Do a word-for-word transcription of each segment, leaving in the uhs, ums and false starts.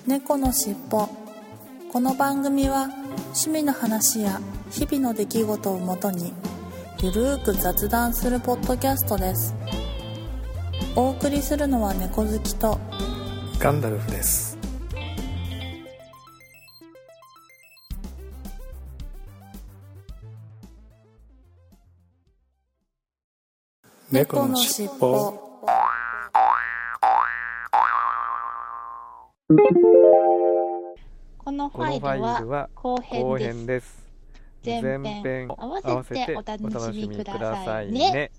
猫のしっぽ。この番組は趣味の話や日々の出来事をもとにゆるーく雑談するポッドキャストです。お送りするのは猫好きとガンダルフです。 猫のしっぽ。このファイルは後編です。前編合わせてお楽しみくださいね。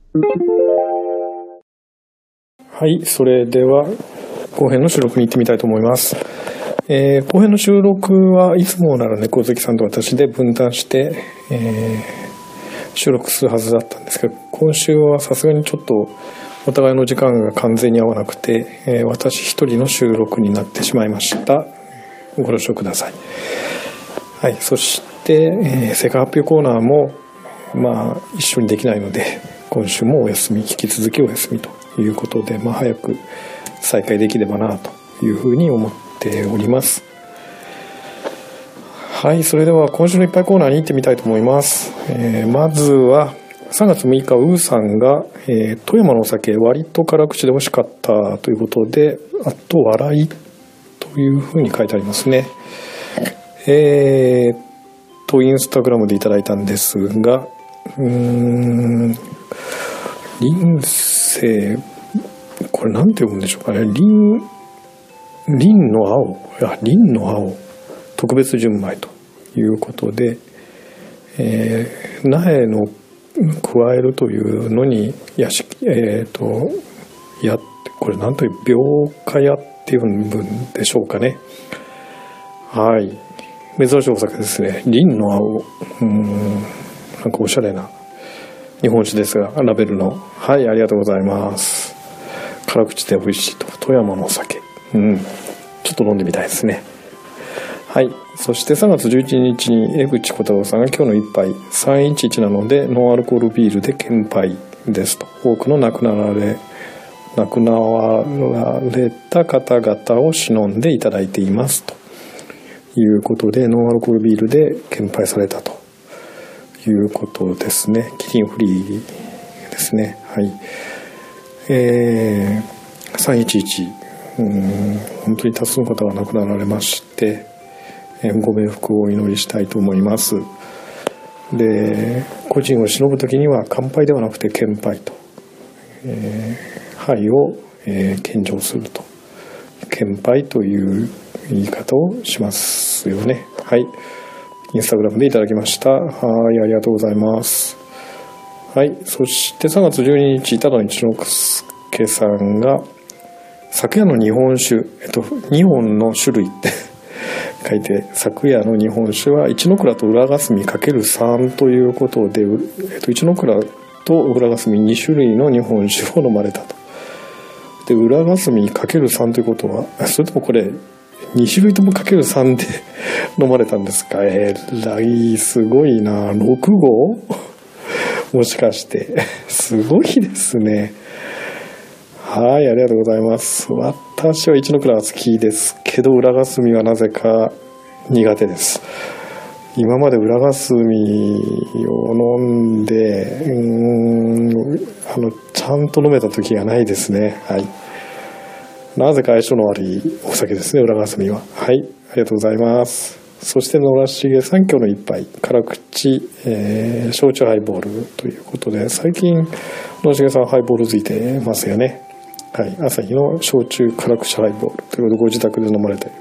はい、それでは後編の収録に行ってみたいと思います。えー、後編の収録はいつもなら猫好きさんと私で分担して、えー、収録するはずだったんですけど、今週はさすがにちょっとお互いの時間が完全に合わなくて、えー、私一人の収録になってしまいました。ご了承ください。はい、そして、えー、成果発表コーナーもまあ一緒にできないので、今週もお休み、引き続きお休みということで、まあ早く再開できればなというふうに思っております。はい、それでは今週のいっぱいコーナーに行ってみたいと思います。えー、まずはさんがつむいか、うーさんが、えー、富山のお酒割と辛口で美味しかったということで、あと笑いというふうに書いてありますね。えーとインスタグラムでいただいたんですが、うーん臨世、これなんて読むんでしょうかね。臨臨の青、あ臨の青特別純米ということで、えー、苗の加えるというのにやしえっ、ー、とやってこれなんという病化やっていう部分でしょうかね。はい。珍しいお酒ですね。凛の青。うーん。なんかおしゃれな日本酒ですが、ラベルの。はい、ありがとうございます。辛口で美味しいと。富山のお酒。うん。ちょっと飲んでみたいですね。はい。そしてさんがつじゅういちにちに江口小太郎さんが今日の一杯さんいちいちなのでノンアルコールビールで献杯ですと。多くの亡くなられ、亡くなられた方々を偲んでいただいていますと。いうことでノンアルコールビールで献杯されたということですね。キリンフリーですね。はい。えー、さんいちいち、うん、本当に多数の方が亡くなられまして、えー、ご冥福をお祈りしたいと思います。で、故人を偲ぶときには乾杯ではなくて献杯と、えー、杯を、えー、献上すると、献杯という言い方をしますよね。はい。インスタグラムでいただきました。はい、ありがとうございます。はい。そしてさんがつじゅうににち、ただの一之輔さんが、昨夜の日本酒、えっと、にほんの種類って書いて、昨夜の日本酒は、一ノ蔵と裏霞 かけるさん ということで、えっと、一ノ蔵と裏霞にしゅるいの日本酒を飲まれたと。で、裏霞 かけるさん ということは、それともこれ、にしゅるいとも かけるさん で飲まれたんですか。えらい、すごいな。ろくごうもしかして。すごいですね。はい、ありがとうございます。私は一ノ蔵は好きですけど、裏霞はなぜか苦手です。今まで裏霞を飲んで、うーん、あの、ちゃんと飲めた時がないですね。はい。なぜか相性の悪いお酒ですね、裏霞は。はい、ありがとうございます。そして野良重さん、今日の一杯辛口、えー、焼酎ハイボールということで、最近野良重さんハイボール付いてますよね。はい、朝日の焼酎辛口ハイボールということでご自宅で飲まれたり。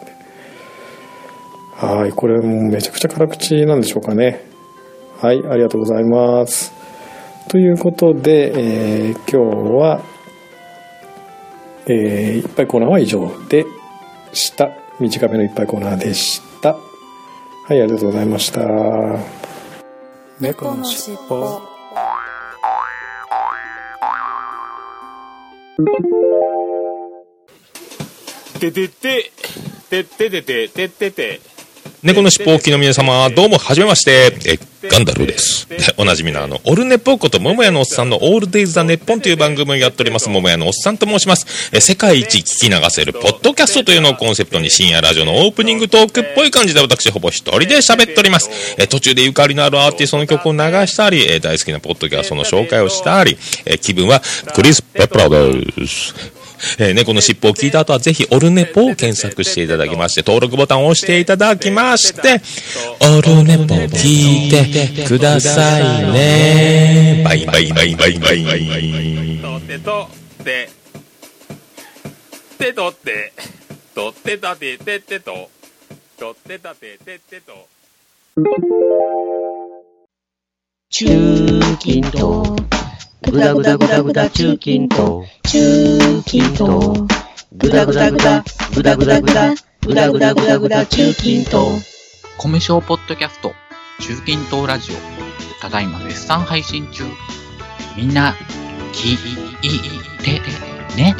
はい、これもめちゃくちゃ辛口なんでしょうかね。はい、ありがとうございます。ということで、えー、今日はえー、いっぱいコーナーは以上でした。短めのいっぱいコーナーでした。はい、ありがとうございました。 猫のしっぽ。 てててててててててて猫のしっぽおきの皆様、どうもはじめまして、えガンダルです。で、おなじみのあの、オルネポこと桃屋のおっさんのオールデイズ・ザ・ネッポンという番組をやっております、桃屋のおっさんと申します。え世界一聞き流せるポッドキャストというのをコンセプトに深夜ラジオのオープニングトークっぽい感じで私ほぼ一人で喋っております。え途中でゆかりのあるアーティストの曲を流したり、え大好きなポッドキャストの紹介をしたり、え気分はクリス・ペプラです。えー、猫のしっぽを聞いた後はぜひオルネポを検索していただきまして登録ボタンを押していただきましてオルネポ聞いてくださいね。バイバイバイバイバイバイ。とってとっててとってとってたてててととってたてててと中近東ぐだぐだぐだぐだ中近東中近東ぐだぐだぐだぐだぐだぐだぐだぐだぐだぐだ中近東米小ポッドキャスト中近東ラジオただいま絶賛配信中。みんな聞いてね。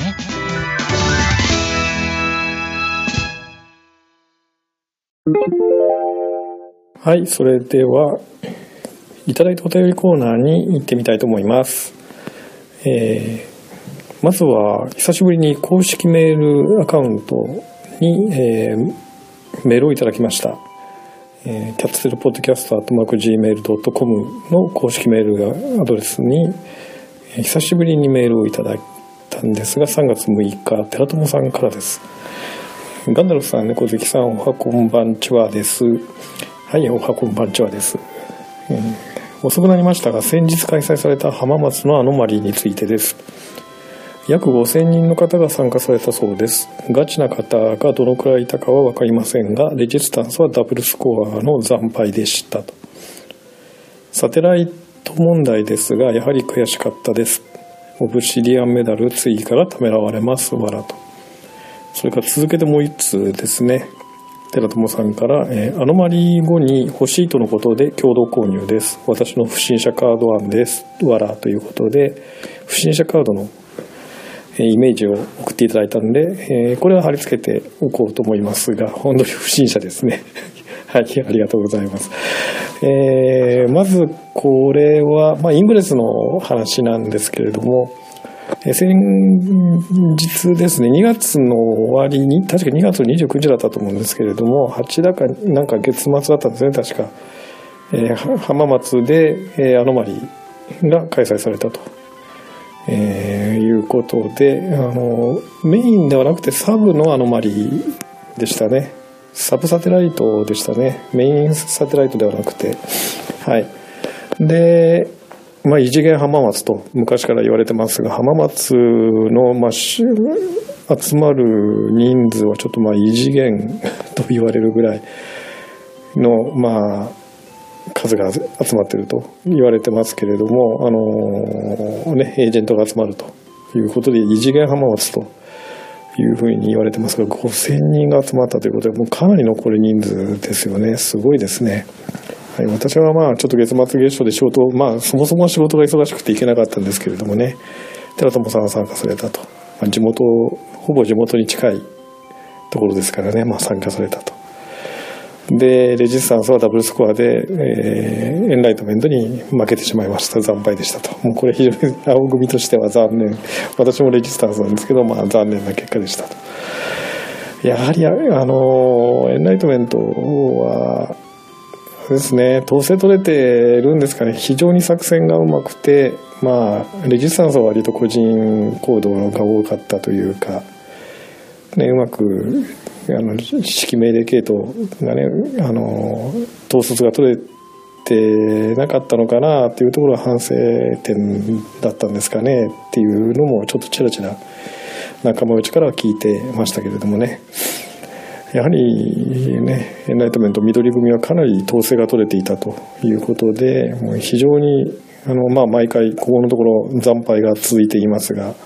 はい、それではいただいたお便りコーナーに行ってみたいと思います。えー、まずは久しぶりに公式メールアカウントに、えー、メールをいただきました。えー、キャッツセルポッドキャストアットマーク ジーメールドットコム の公式メールアドレスに、えー、久しぶりにメールをいただいたんですがさんがつむいか寺友さんからです。ガンダルフさん、猫好きさん、おはこんばんちはです。はい、おはこんばんちはです。えー遅くなりましたが先日開催された浜松のアノマリーについてです。約ごせんにんの方が参加されたそうです。ガチな方がどのくらいいたかは分かりませんがレジスタンスはダブルスコアの惨敗でしたと。サテライト問題ですがやはり悔しかったです。オブシディアンメダル次からためらわれますわらと。それから続けてもう一通ですね。寺友さんから、えー、アノマリー後に欲しいとのことで共同購入です。私の不審者カード案です。わらということで不審者カードの、えー、イメージを送っていただいたので、えー、これは貼り付けておこうと思いますが本当に不審者ですねはい、ありがとうございます。えー、まずこれは、まあ、イングレスの話なんですけれども、先日ですねにがつの終わりに確かにがつにじゅうくにちだったと思うんですけれどもはちだかなんか月末だったんですね確か、えー、浜松で、えー、アノマリーが開催されたと、えー、いうことであのメインではなくてサブのアノマリーでしたね。サブサテライトでしたね。メインサテライトではなくてはいでまあ、異次元浜松と昔から言われてますが浜松の、まあ、集まる人数はちょっとまあ異次元と言われるぐらいの、まあ、数が集まっていると言われてますけれども、あのーね、エージェントが集まるということで異次元浜松というふうに言われてますがごせんにんが集まったということでもうかなりのこれ人数ですよね。すごいですね。はい、私はまあちょっと月末月初で仕事、まあそもそも仕事が忙しくて行けなかったんですけれどもね、寺友さんが参加されたと、まあ、地元ほぼ地元に近いところですからね、まあ参加されたと。でレジスタンスはダブルスコアで、えー、エンライトメントに負けてしまいました。惨敗でしたと。もうこれ非常に青組としては残念。私もレジスタンスなんですけど、まあ残念な結果でしたと。やはりあのエンライトメントはですね、統制取れてるんですかね。非常に作戦がうまくて、まあレジスタンスは割と個人行動が多かったというか、ね、うまくあの指揮命令系統がね、あの統率が取れてなかったのかなっていうところが反省点だったんですかねっていうのもちょっとちらちら仲間内からは聞いてましたけれどもね。やはりね、エンライトメント緑組はかなり統制が取れていたということで、もう非常にあの、まあ、毎回ここのところ惨敗が続いていますが、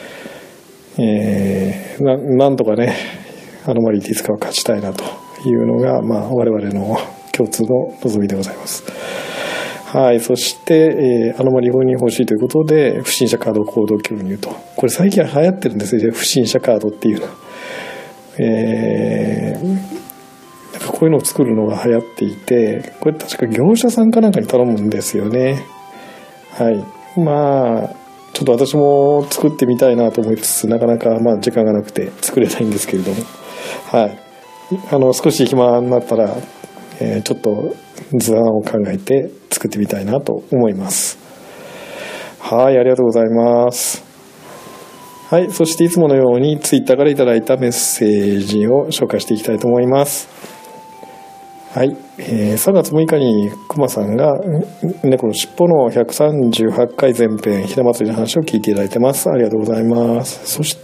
えー、な, なんとかねアノマリーでいつかは勝ちたいなというのが、まあ、我々の共通の望みでございます。はい、そして、えー、アノマリー法に欲しいということで不審者カード行動共有と、これ最近は流行ってるんですよ、不審者カードっていうのは。えー、 こういうのを作るのが流行っていて、これ確か業者さんかなんかに頼むんですよね。はい。まあちょっと私も作ってみたいなと思いつつ、なかなかまあ時間がなくて作れないんですけれども、はい。あの少し暇になったら、えー、ちょっと図案を考えて作ってみたいなと思います。はい、ありがとうございます。はい、そしていつものようにツイッターからいただいたメッセージを紹介していきたいと思います。はい、えー、さんがつむいかにくまさんが猫のしっぽのひゃくさんじゅうはちかい前編ひな祭りの話を聞いていただいてます。ありがとうございます。そして、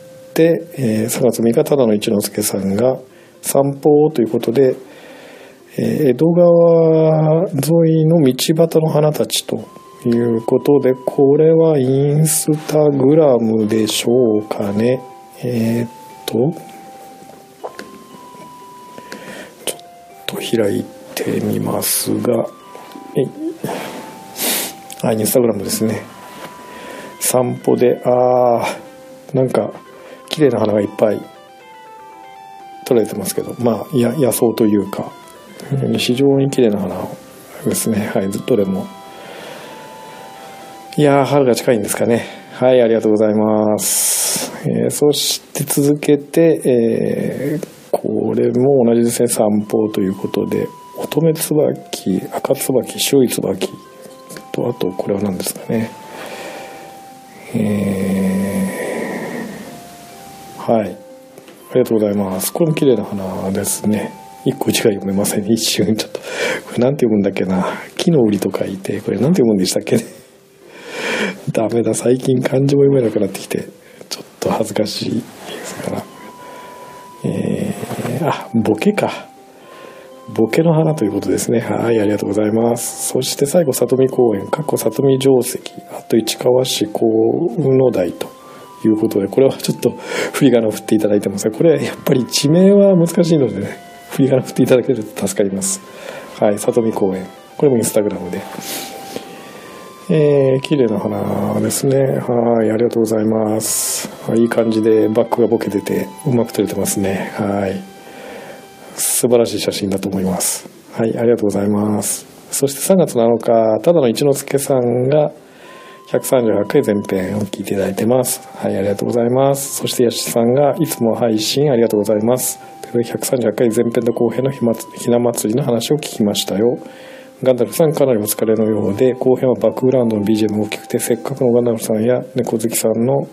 えー、さんがつむいかただの一之輔さんが散歩ということで、えー、江戸川沿いの道端の花たちということで、これはインスタグラムでしょうかね。えー、っと開いてみますが、あ、インスタグラムですね。散歩で、あー、なんか綺麗な花がいっぱい撮られてますけど、まあや野草というか非常に綺麗な花ですね。はい、どれも。いやー、春が近いんですかね。はい、ありがとうございます。えー、そして続けて、えーこれも同じですね。散歩ということで、乙女椿、赤椿、白い椿と、あとこれは何ですかね。えー、はい、ありがとうございます。これも綺麗な花ですね。一個字が読めません。一瞬ちょっとこれなんて読むんだっけな。木の売りと書いて、これなんて読むんでしたっけね。ダメだ、最近漢字も読めなくなってきてちょっと恥ずかしいですから。えー、あ、ボケか。ボケの花ということですね。はい、ありがとうございます。そして最後、里見公園、かっこ里見定石、あと市川市幸野台ということで、これはちょっと振り仮名を振っていただいてますが、これはやっぱり地名は難しいのでね、振り仮名振っていただけると助かります。はい、里見公園。これもインスタグラムで。えー、綺麗な花ですね。はい、ありがとうございます。いい感じでバックがボケててうまく撮れてますね。はい、素晴らしい写真だと思います。はい、ありがとうございます。そしてさんがつなのか、ただの一之輔さんがひゃくさんじゅうはちかい前編を聞いていただいてます。はい、ありがとうございます。そしてやしさんがいつも配信ありがとうございます。ひゃくさんじゅうはちかい前編と後編のひな祭りの話を聞きましたよ。ガンダルフさんかなりお疲れのようで、後編はバックグラウンドの ビージーエム が大きくて、せっかくのガンダルフさんや猫好きさんの、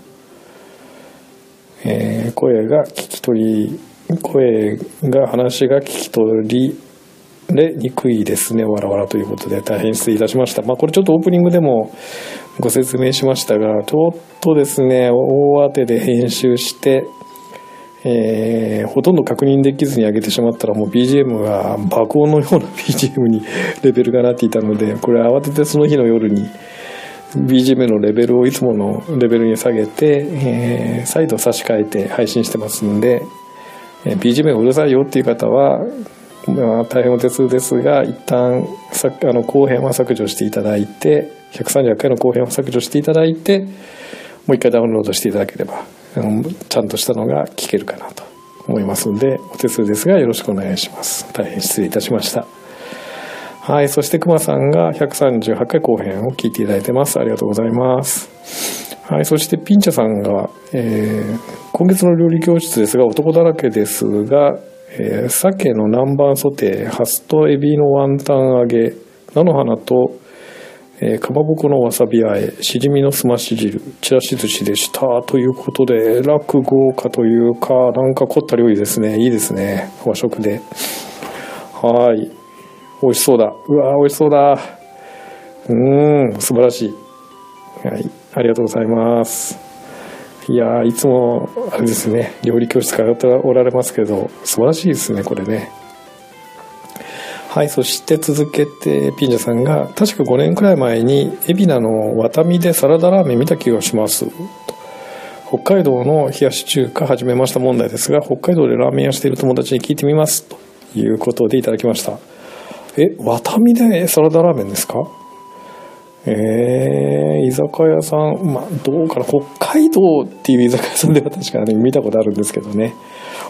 えー、声が聞き取り声が話が聞き取りれにくいですね、わらわらということで大変失礼いたしました。まあこれちょっとオープニングでもご説明しましたが、ちょっとですね大当てで編集してえー、ほとんど確認できずに上げてしまったら、もう ビージーエム が爆音のような ビージーエム にレベルがなっていたので、これ慌ててその日の夜に ビージーエム のレベルをいつものレベルに下げて、えー、再度差し替えて配信してますんで、えー、ビージーエム がうるさいよっていう方は、まあ、大変お手数ですが、一旦さあの後編は削除していただいて、ひゃくさんじゅうはちかいの後編を削除していただいて、もう一回ダウンロードしていただければちゃんとしたのが聞けるかなと思いますので、お手数ですがよろしくお願いします。大変失礼いたしました。はい、そして熊さんがひゃくさんじゅうはちかい後編を聞いていただいてます。ありがとうございます。はい、そしてピンチャさんが、えー、今月の料理教室ですが男だらけですが、えー、鮭の南蛮ソテー、ハスとエビのワンタン揚げ、菜の花とえー、かまぼこのわさびあえ、しじみのすまし汁、ちらし寿司でしたということで、落豪華というか、なんか凝った料理ですね。いいですね、和食で。はい、美味しそうだ。うわー美味しそうだ。うーん、素晴らしい。はい、ありがとうございます。いやー、いつもあれですね、料理教室通っておられますけど、素晴らしいですね、これね。はい、そして続けてピンジャさんが、確かごねんくらい前に海老名のワタミでサラダラーメン見た気がしますと。北海道の冷やし中華始めました問題ですが、北海道でラーメン屋している友達に聞いてみますということでいただきました。え、ワタミでサラダラーメンですか？えー、居酒屋さん、まあどうかな、北海道っていう居酒屋さんでは確かに見たことあるんですけどね、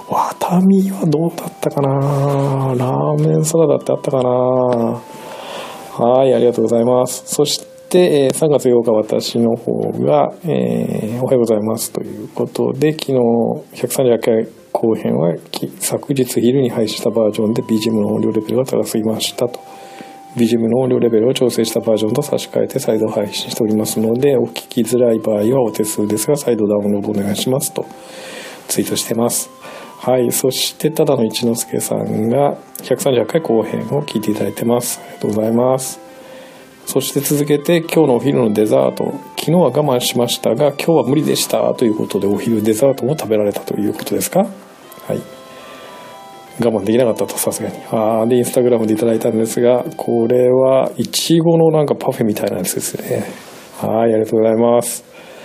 ワタミはどうだったかな。ラーメンサラダってあったかな。はい、ありがとうございます。そしてさんがつようか私の方が、えー、おはようございますということで、昨日ひゃくさんじゅうはちかい後編は昨日昼に配信したバージョンで ビージーエム の音量レベルが高すぎましたと。ビージーエム の音量レベルを調整したバージョンと差し替えて再度配信しておりますので、お聞きづらい場合はお手数ですが再度ダウンロードお願いしますとツイートしてます。はい、そしてただの一之輔さんがひゃくさんじゅうはちかい後編を聞いていただいてます。ありがとうございます。そして続けて今日のお昼のデザート、昨日は我慢しましたが今日は無理でしたということで、お昼デザートも食べられたということですか。はい、我慢できなかったと、さすがに。あーでインスタグラムでいただいたんですが、これはいちごのなんかパフェみたいなやつですね。はい、ありがとうございます。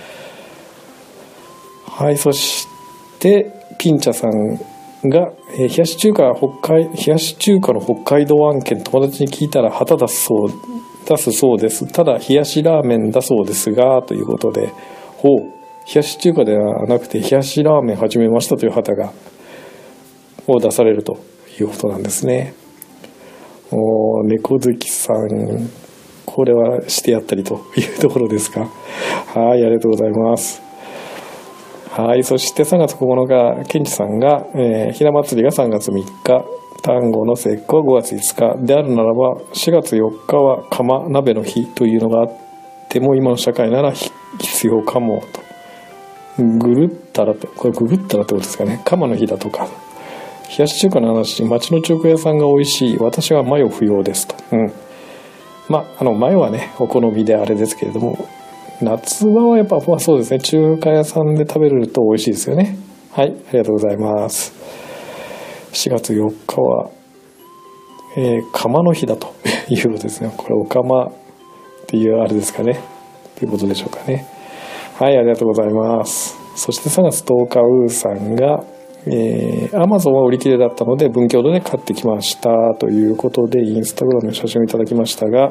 はい、そしてピンチャさんが、えー、冷やし中華北海冷やし中華の北海道案件友達に聞いたら旗出すそう出すそうです。ただ冷やしラーメンだそうですがということで、ほう、冷やし中華ではなくて冷やしラーメン始めましたという旗がを出されるということなんですね。お猫好きさん、これはしてやったりというところですか。はい、ありがとうございます。はい、そしてさんがつここのかケンチさんが、えー、ひな祭りがさんがつみっか、端午の節句はごがついつかであるならばしがつよっかは釜鍋の日というのがあっても今の社会なら必要かもと。ぐるったらと、これググったらってことですかね。釜の日だとか、冷やし中華の話、町の中華屋さんが美味しい、私はマヨ不要ですと。うん。まあ、あのマヨはねお好みであれですけれども、夏場はやっぱ、まあ、そうですね、中華屋さんで食べると美味しいですよね。はい、ありがとうございます。しがつよっかは、えー、釜の日だということですね。これお釜っていうあれですかね、ということでしょうかね。はい、ありがとうございます。そしてさんがつとおかウーさんが、えー、Amazon は売り切れだったので文教堂で買ってきましたということで、インスタグラムの写真をいただきましたが、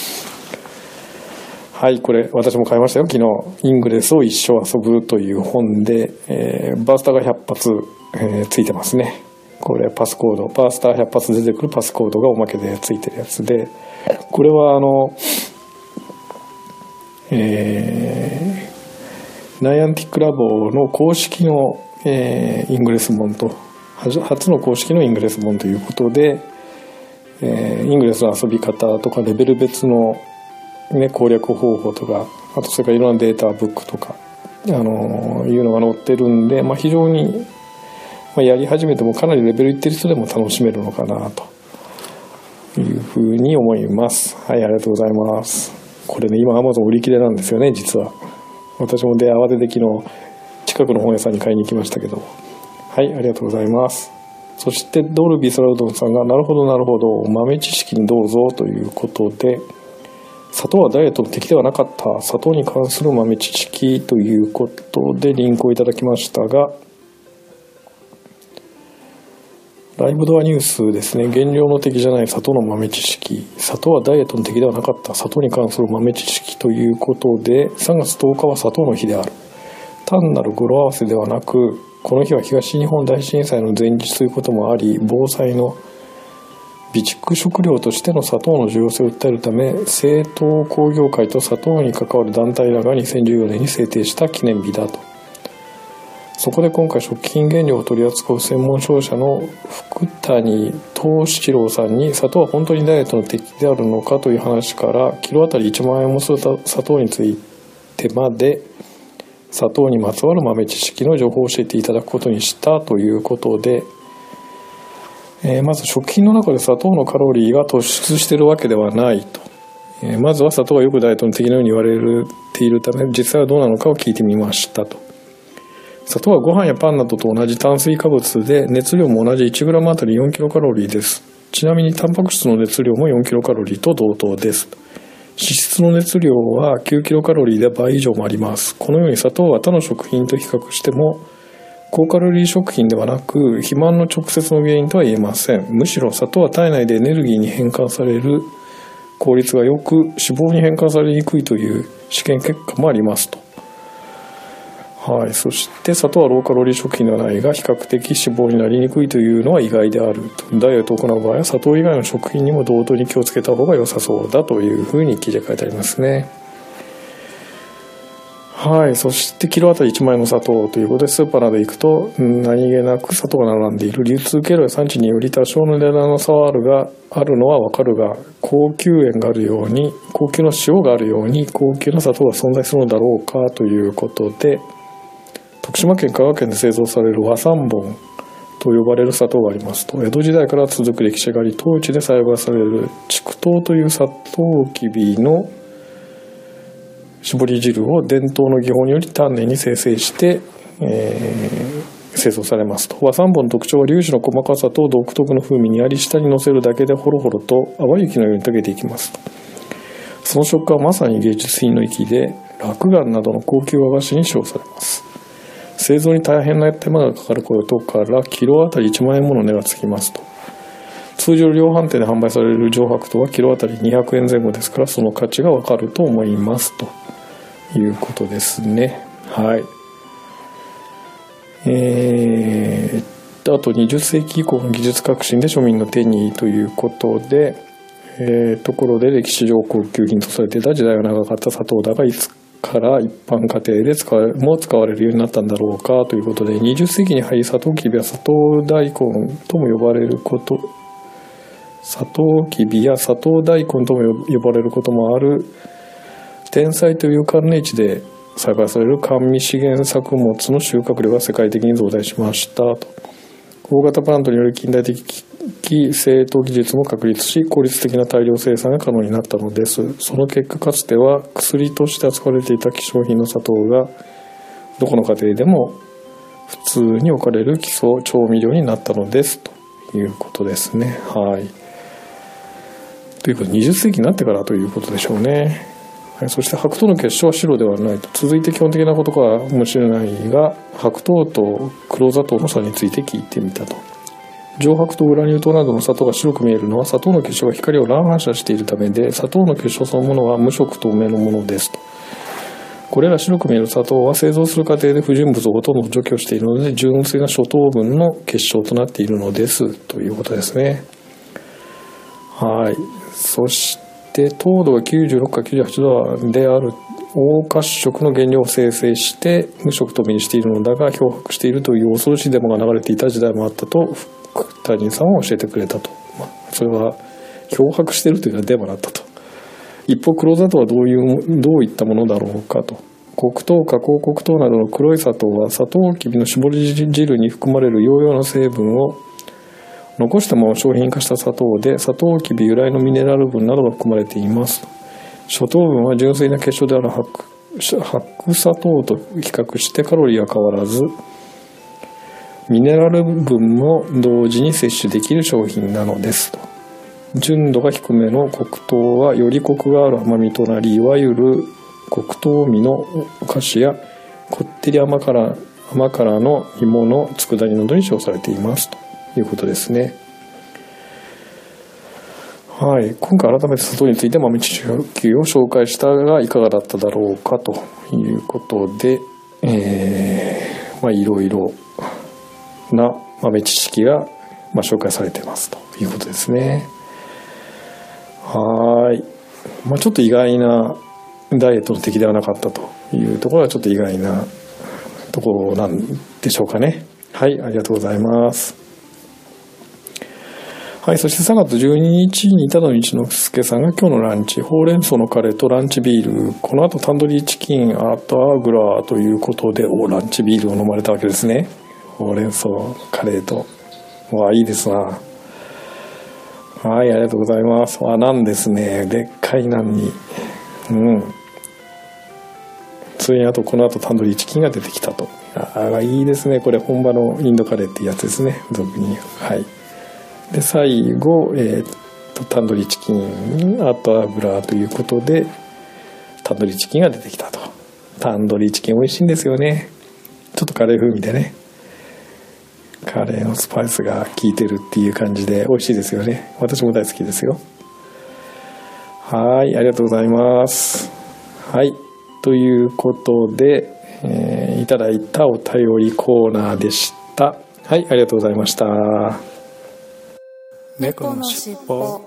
はい、これ私も買いましたよ。昨日イングレスを一生遊ぶという本で、えー、バースターがひゃっぱつ、えー、ついてますね。これパスコード、バースターひゃっぱつ出てくるパスコードがおまけでついてるやつで、これはあのえー、ナイアンティックラボの公式の、えー、イングレス本と初の公式のイングレス本ということで、えー、イングレスの遊び方とかレベル別のね、攻略方法とか、あとそれからいろんなデータブックとか、あのー、いうのが載ってるんで、まあ、非常に、まあ、やり始めてもかなりレベルいってる人でも楽しめるのかなというふうに思います。はい、ありがとうございます。これね、今 Amazon 売り切れなんですよね、実は。私もで慌てて昨日近くの本屋さんに買いに行きましたけど。はい、ありがとうございます。そしてドルビーソラウドンさんが、なるほどなるほど、豆知識にどうぞということで、砂糖はダイエットの敵ではなかった、砂糖に関する豆知識ということでリンクをいただきましたが、ライブドアニュースですね。減量の敵じゃない砂糖の豆知識、砂糖はダイエットの敵ではなかった、砂糖に関する豆知識ということで、さんがつとおかは砂糖の日である。単なる語呂合わせではなく、この日は東日本大震災の前日ということもあり、防災の備蓄食料としての砂糖の重要性を訴えるため、製糖工業会と砂糖に関わる団体らがにせんじゅうよねんに制定した記念日だと。そこで今回食品原料を取り扱う専門商社の福谷藤七郎さんに、砂糖は本当にダイエットの敵であるのかという話から、キロあたりいちまんえんもする砂糖についてまで砂糖にまつわる豆知識の情報を教えていただくことにしたということで、えー、まず食品の中で砂糖のカロリーが突出しているわけではないと。えー、まずは砂糖はよくダイエットの敵のように言われているため、実際はどうなのかを聞いてみましたと。砂糖はご飯やパンなどと同じ炭水化物で、熱量も同じ いちグラム あたりよんキロカロリーです。ちなみにタンパク質の熱量もよんキロカロリーと同等です。脂質の熱量はきゅうキロカロリーで倍以上もあります。このように砂糖は他の食品と比較しても高カロリー食品ではなく、肥満の直接の原因とは言えません。むしろ砂糖は体内でエネルギーに変換される効率が良く、脂肪に変換されにくいという試験結果もありますと。 はい、そして砂糖はローカロリー食品ではないが比較的脂肪になりにくいというのは意外であると。ダイエットを行う場合は砂糖以外の食品にも同等に気をつけた方が良さそうだというふうに記事で書いてありますね。はい、そしてキロあたりいちまんえんの砂糖ということで、スーパーなど行くと何気なく砂糖が並んでいる。流通経路や産地により多少の値段の差はあるがあるのはわかるが、高級塩があるように高級の塩があるように高級な砂糖が存在するのだろうかということで、徳島県香川県で製造される和三盆と呼ばれる砂糖がありますと。江戸時代から続く歴史があり、当地で栽培される竹糖という砂糖きびの搾り汁を伝統の技法により丹念に精製して、えー、製造されますと。和三盆の特徴は粒子の細かさと独特の風味にあり、下に乗せるだけでホロホロと淡雪のように溶けていきますと。その食感はまさに芸術品の域で、落雁などの高級和菓子に使用されます。製造に大変な手間がかかることからキロあたりいちまんえんもの値がつきますと。通常量販店で販売される上白糖はキロあたりにひゃくえんぜん後ですから、その価値がわかると思いますということですね。はい。えー、あとにじゅっせいき以降の技術革新で庶民の手にということで、えー、ところで歴史上高級品とされていた時代が長かった砂糖だがいつから一般家庭で使われも使われるようになったんだろうかということで、にじゅっせいきに入り砂糖きびや砂糖大根とも呼ばれること砂糖きびや砂糖大根とも呼ばれることもある天才という寒冷地で栽培される甘味資源作物の収穫量が世界的に増大しましたと。大型プラントによる近代的製糖技術も確立し、効率的な大量生産が可能になったのです。その結果、かつては薬として扱われていた希少品の砂糖がどこの家庭でも普通に置かれる基礎調味料になったのですということですね。はい。ということでにじゅっせいきになってからということでしょうね。はい、そして白糖の結晶は白ではないと。続いて基本的なことかもしれないが、白糖と黒砂糖の差について聞いてみたと。上白糖、グラニュー糖などの砂糖が白く見えるのは砂糖の結晶が光を乱反射しているためで、砂糖の結晶そのものは無色透明のものですと。これら白く見える砂糖は製造する過程で不純物をほとんど除去しているので、純粋な初糖分の結晶となっているのですということですね。はい。そして糖度がきゅうじゅうろくかきゅうじゅうはちどである黄褐色の原料を生成して無色透明にしているのだが、漂白しているという恐ろしいデマが流れていた時代もあったと福谷さんは教えてくれたと。まあ、それは漂白しているというのはデマだったと。一方黒砂糖はどういうどういったものだろうかと。黒糖、加工黒糖などの黒い砂糖は砂糖きびの搾り汁に含まれる葉々の成分を残したまま商品化した砂糖で、砂糖きび由来のミネラル分などが含まれています。初糖分は純粋な結晶である白、白砂糖と比較してカロリーは変わらず、ミネラル分も同時に摂取できる商品なのですと。純度が低めの黒糖はよりコクがある甘みとなり、いわゆる黒糖味のお菓子やこってり甘辛、甘辛の芋の佃煮などに使用されていますということですね。はい、今回改めて砂糖について豆知識を紹介したがいかがだっただろうかということで、えー、まあいろいろな豆知識が、まあ、紹介されていますということですね。はい、まあ、ちょっと意外なダイエットの敵ではなかったというところはちょっと意外なところなんでしょうかね。はい、ありがとうございます。はい、そしてさんがつじゅうににちに板野一之輔さんが今日のランチ、ほうれん草のカレーとランチビール、この後タンドリーチキン、アートアーグラーということで、おランチビールを飲まれたわけですね。ほうれん草カレーと。わあ、いいですな。はい、ありがとうございます。わあ、なんですね。でっかいなんに。うん。それにあとこの後タンドリーチキンが出てきたと。ああ、いいですね。これ本場のインドカレーっていうやつですね。俗に。はい。で最後、えー、とタンドリーチキンあと油ということでタンドリーチキンが出てきたと。タンドリーチキン美味しいんですよね。ちょっとカレー風味でね、カレーのスパイスが効いてるっていう感じで美味しいですよね。私も大好きですよ。はい、ありがとうございます。はい、ということで、 えー、いただいたお便りコーナーでした。はい、ありがとうございました。 猫のしっぽ。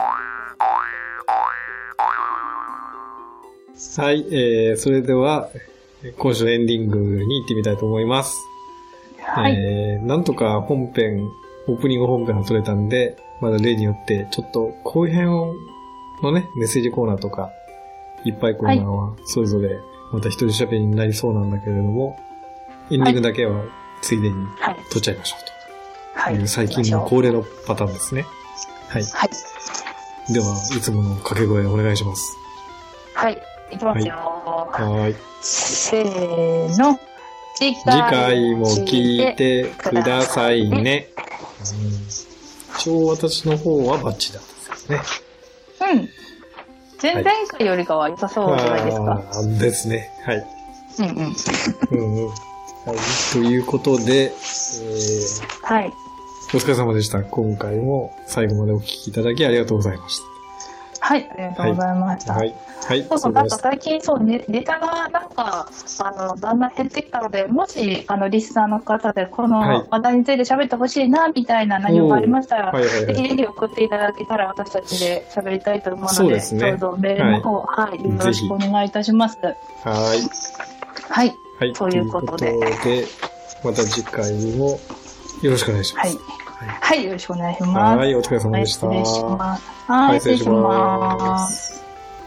はい、えー、それでは今週エンディングに行ってみたいと思います。はい。えー、なんとか本編、オープニング本編が取れたんで、まだ例によってちょっと後編のね、メッセージコーナーとか、いっぱいコーナーはそれぞれまた一人喋りになりそうなんだけれども、エンディングだけはついでに取っちゃいましょうと。はい。いう最近の恒例のパターンですね。はい。はい。では、いつもの掛け声お願いします。 はい。いきますよ。 はい。 せーの。次回も聞いてくださいね。一応私の方はバッチリだったですね。 うん。前々回よりかは良さそうじゃないですか。 ああですね。はい。 うんうん。 うんうん。はい。ということで、えー、 はい。 お疲れ様でした。今回も最後までお聞きいただきありがとうございました。 はい、ありがとうございました。 はい。はい。 そうそう、なんか最近そう、ね、ネタがなんか、あの、だんだん減ってきたので、もし、あの、リスナーの方で、この話題について喋ってほしいな、みたいな内容がありましたら、はいはいはい、ぜひ送っていただけたら、私たちで喋りたいと思うので、そうですね、どうぞメールの方、はい、はい、よろしくお願いいたします。はい。はい。はい。ということで。ということで、また次回もよろしくお願いします。はい。はい、よろしくお願いします。はい、お疲れ様でした。はい、失礼します。はい、失礼します。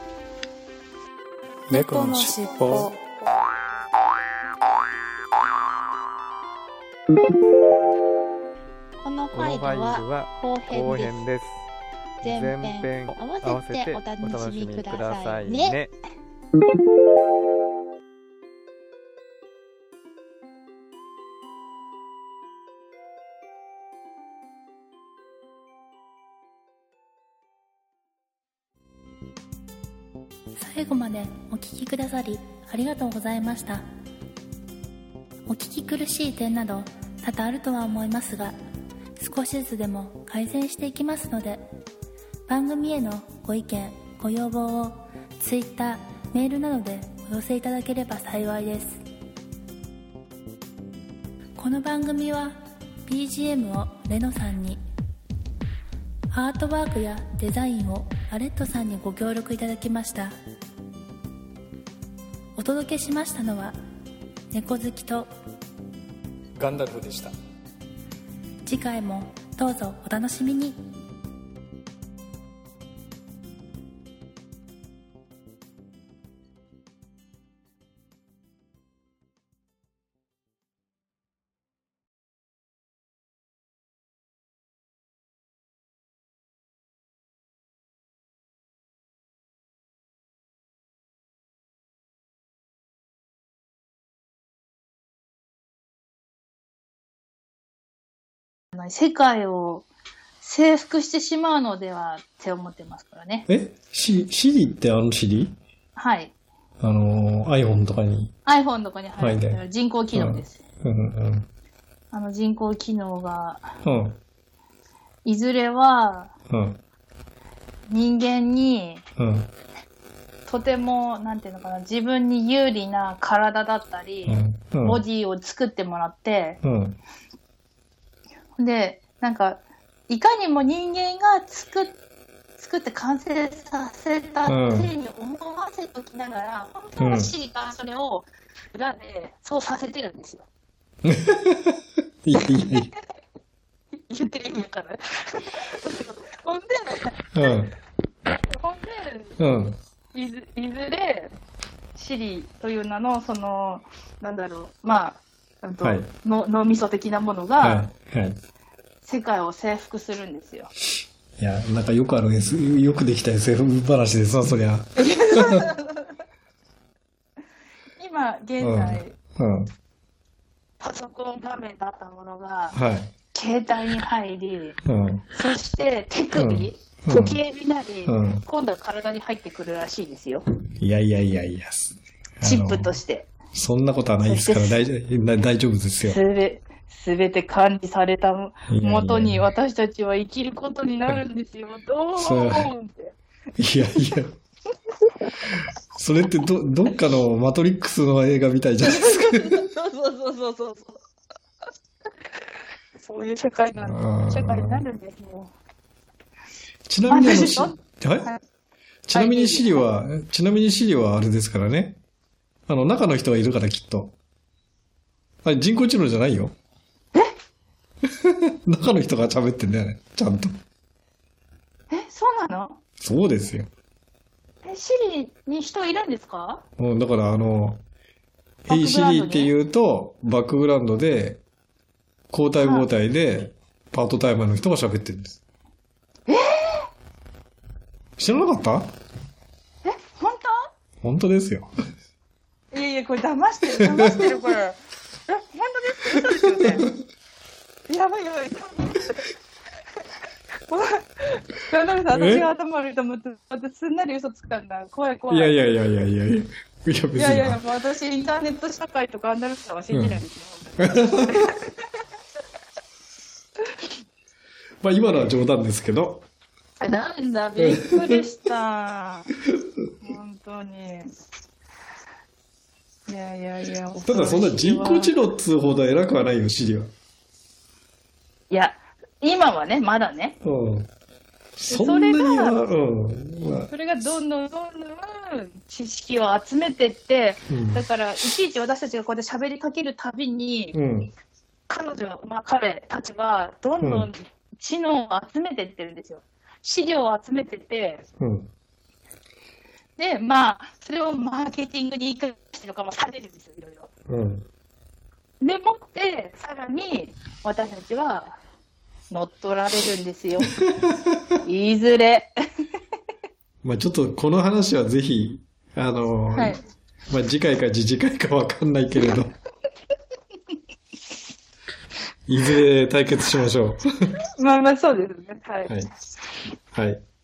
猫のしっぽ。 このファイルは後編です。前編合わせてお楽しみくださいね。最後までお聞きくださりありがとうございました。お聞き苦しい点など多々あるとは思いますが、少しずつでも改善していきますので、番組へのご意見ご要望を Twitter、メールなどでお寄せいただければ幸いです。この番組は ビージーエム をレノさんに、アートワークやデザインをアレットさんにご協力いただきました。お届けしましたのは猫好きとガンダルフでした。 次回もどうぞお楽しみに。 世界を征服してしまうのではって思ってますからね。 え？シ、シリってあのシリ？はい。あの、iPhone とかに。 iPhone とかに入ってる人工機能です。 うんうんうん、 あの人工機能が、 うん、 いずれは、 うん、 人間に、 うん、 とても、なんていうのかな、自分に有利な体だったり、うんうん、ボディを作ってもらって、 うんで、なんか、いかにも人間が作っ、作って完成させた手に思わせときながら、うん、本当の C がそれを裏でそうさせてるんですよ。 いやいやいや。 言ってる意味わかる？ほんで、 うん、 ほんで、 うん、 いず、いずれ、シリという名の、その、なんだろう、まあ、あと、はい、の脳みそ的なものが、 はいはい、 世界を征服するんですよ。 いや、なんかよくある S、よくできた エスエフ 話ですわ、そりゃ。 今、現在、 うんうん、 パソコン画面だったものが、 はい、 携帯に入り、 うん、 そして手首、うん、時計になり、うん、今度は体に入ってくるらしいですよ。 いやいやいやいや。 チップとして。 そんなことはないですから大丈夫、大丈夫ですよ。 すべ、すべて管理されたもとに私たちは生きることになるんですよ。どう思うんで。 いやいや。 それってど、どっかのマトリックスの映画みたいじゃないですか。 そうそうそうそうそう。そういう世界なん世界になるんですよ。 ちなみにあの、しははいちなみにシリは、ちなみにシリはあれですからね。あの、中の人がいるからきっと。あれ人工知能じゃないよ。 え中の人が喋ってんだよね。ちゃんと。 え、そうなの？ そうですよ。 え、シリに人いるんですか？ うん、だからあの、 バックグラウンドに Hey シリって言うと、バックグラウンドで、交代交代で、パートタイマーの人が喋ってるんです。 えー、 知らなかった？ え、本当？ 本当ですよ。 いやいや、これ騙してる、騙してる、これ。え、本当ですか？嘘ですよね。やばいやばい。ガンダムさん、私が頭悪いと思って、私すんなり嘘つくんだ。怖い怖い。 いやいやいやいやいやいや。いや別に。 いやいやいや、私インターネット社会とガンダムさんは信じないですよ。うん、 まあ今のは冗談ですけど。 なんだ、びっくりした。本当に。いやいやいや。 ただそんな人工知能っつうほど偉くはないよ、シリは。 いや、今はね、まだね。 うん。そんなには、うんまあ。 それがどんどんどんどん知識を集めてって、うん、だからいちいち私たちがこうやって喋りかけるたびに、うん、彼女、まあ彼たちはどんどん知能を集めてってるんですよ。資料を集めてて、うん、で、まあ、それをマーケティングに生かしてるかもされるんですよ、いろいろ。うん、でもって、さらに私たちは乗っ取られるんですよ。いずれ。 まあちょっとこの話はぜひ、あの、はい、まあ次回か次次回かわかんないけれど、いずれ対決しましょう。 まあまあそうですね。はい。 はい。はい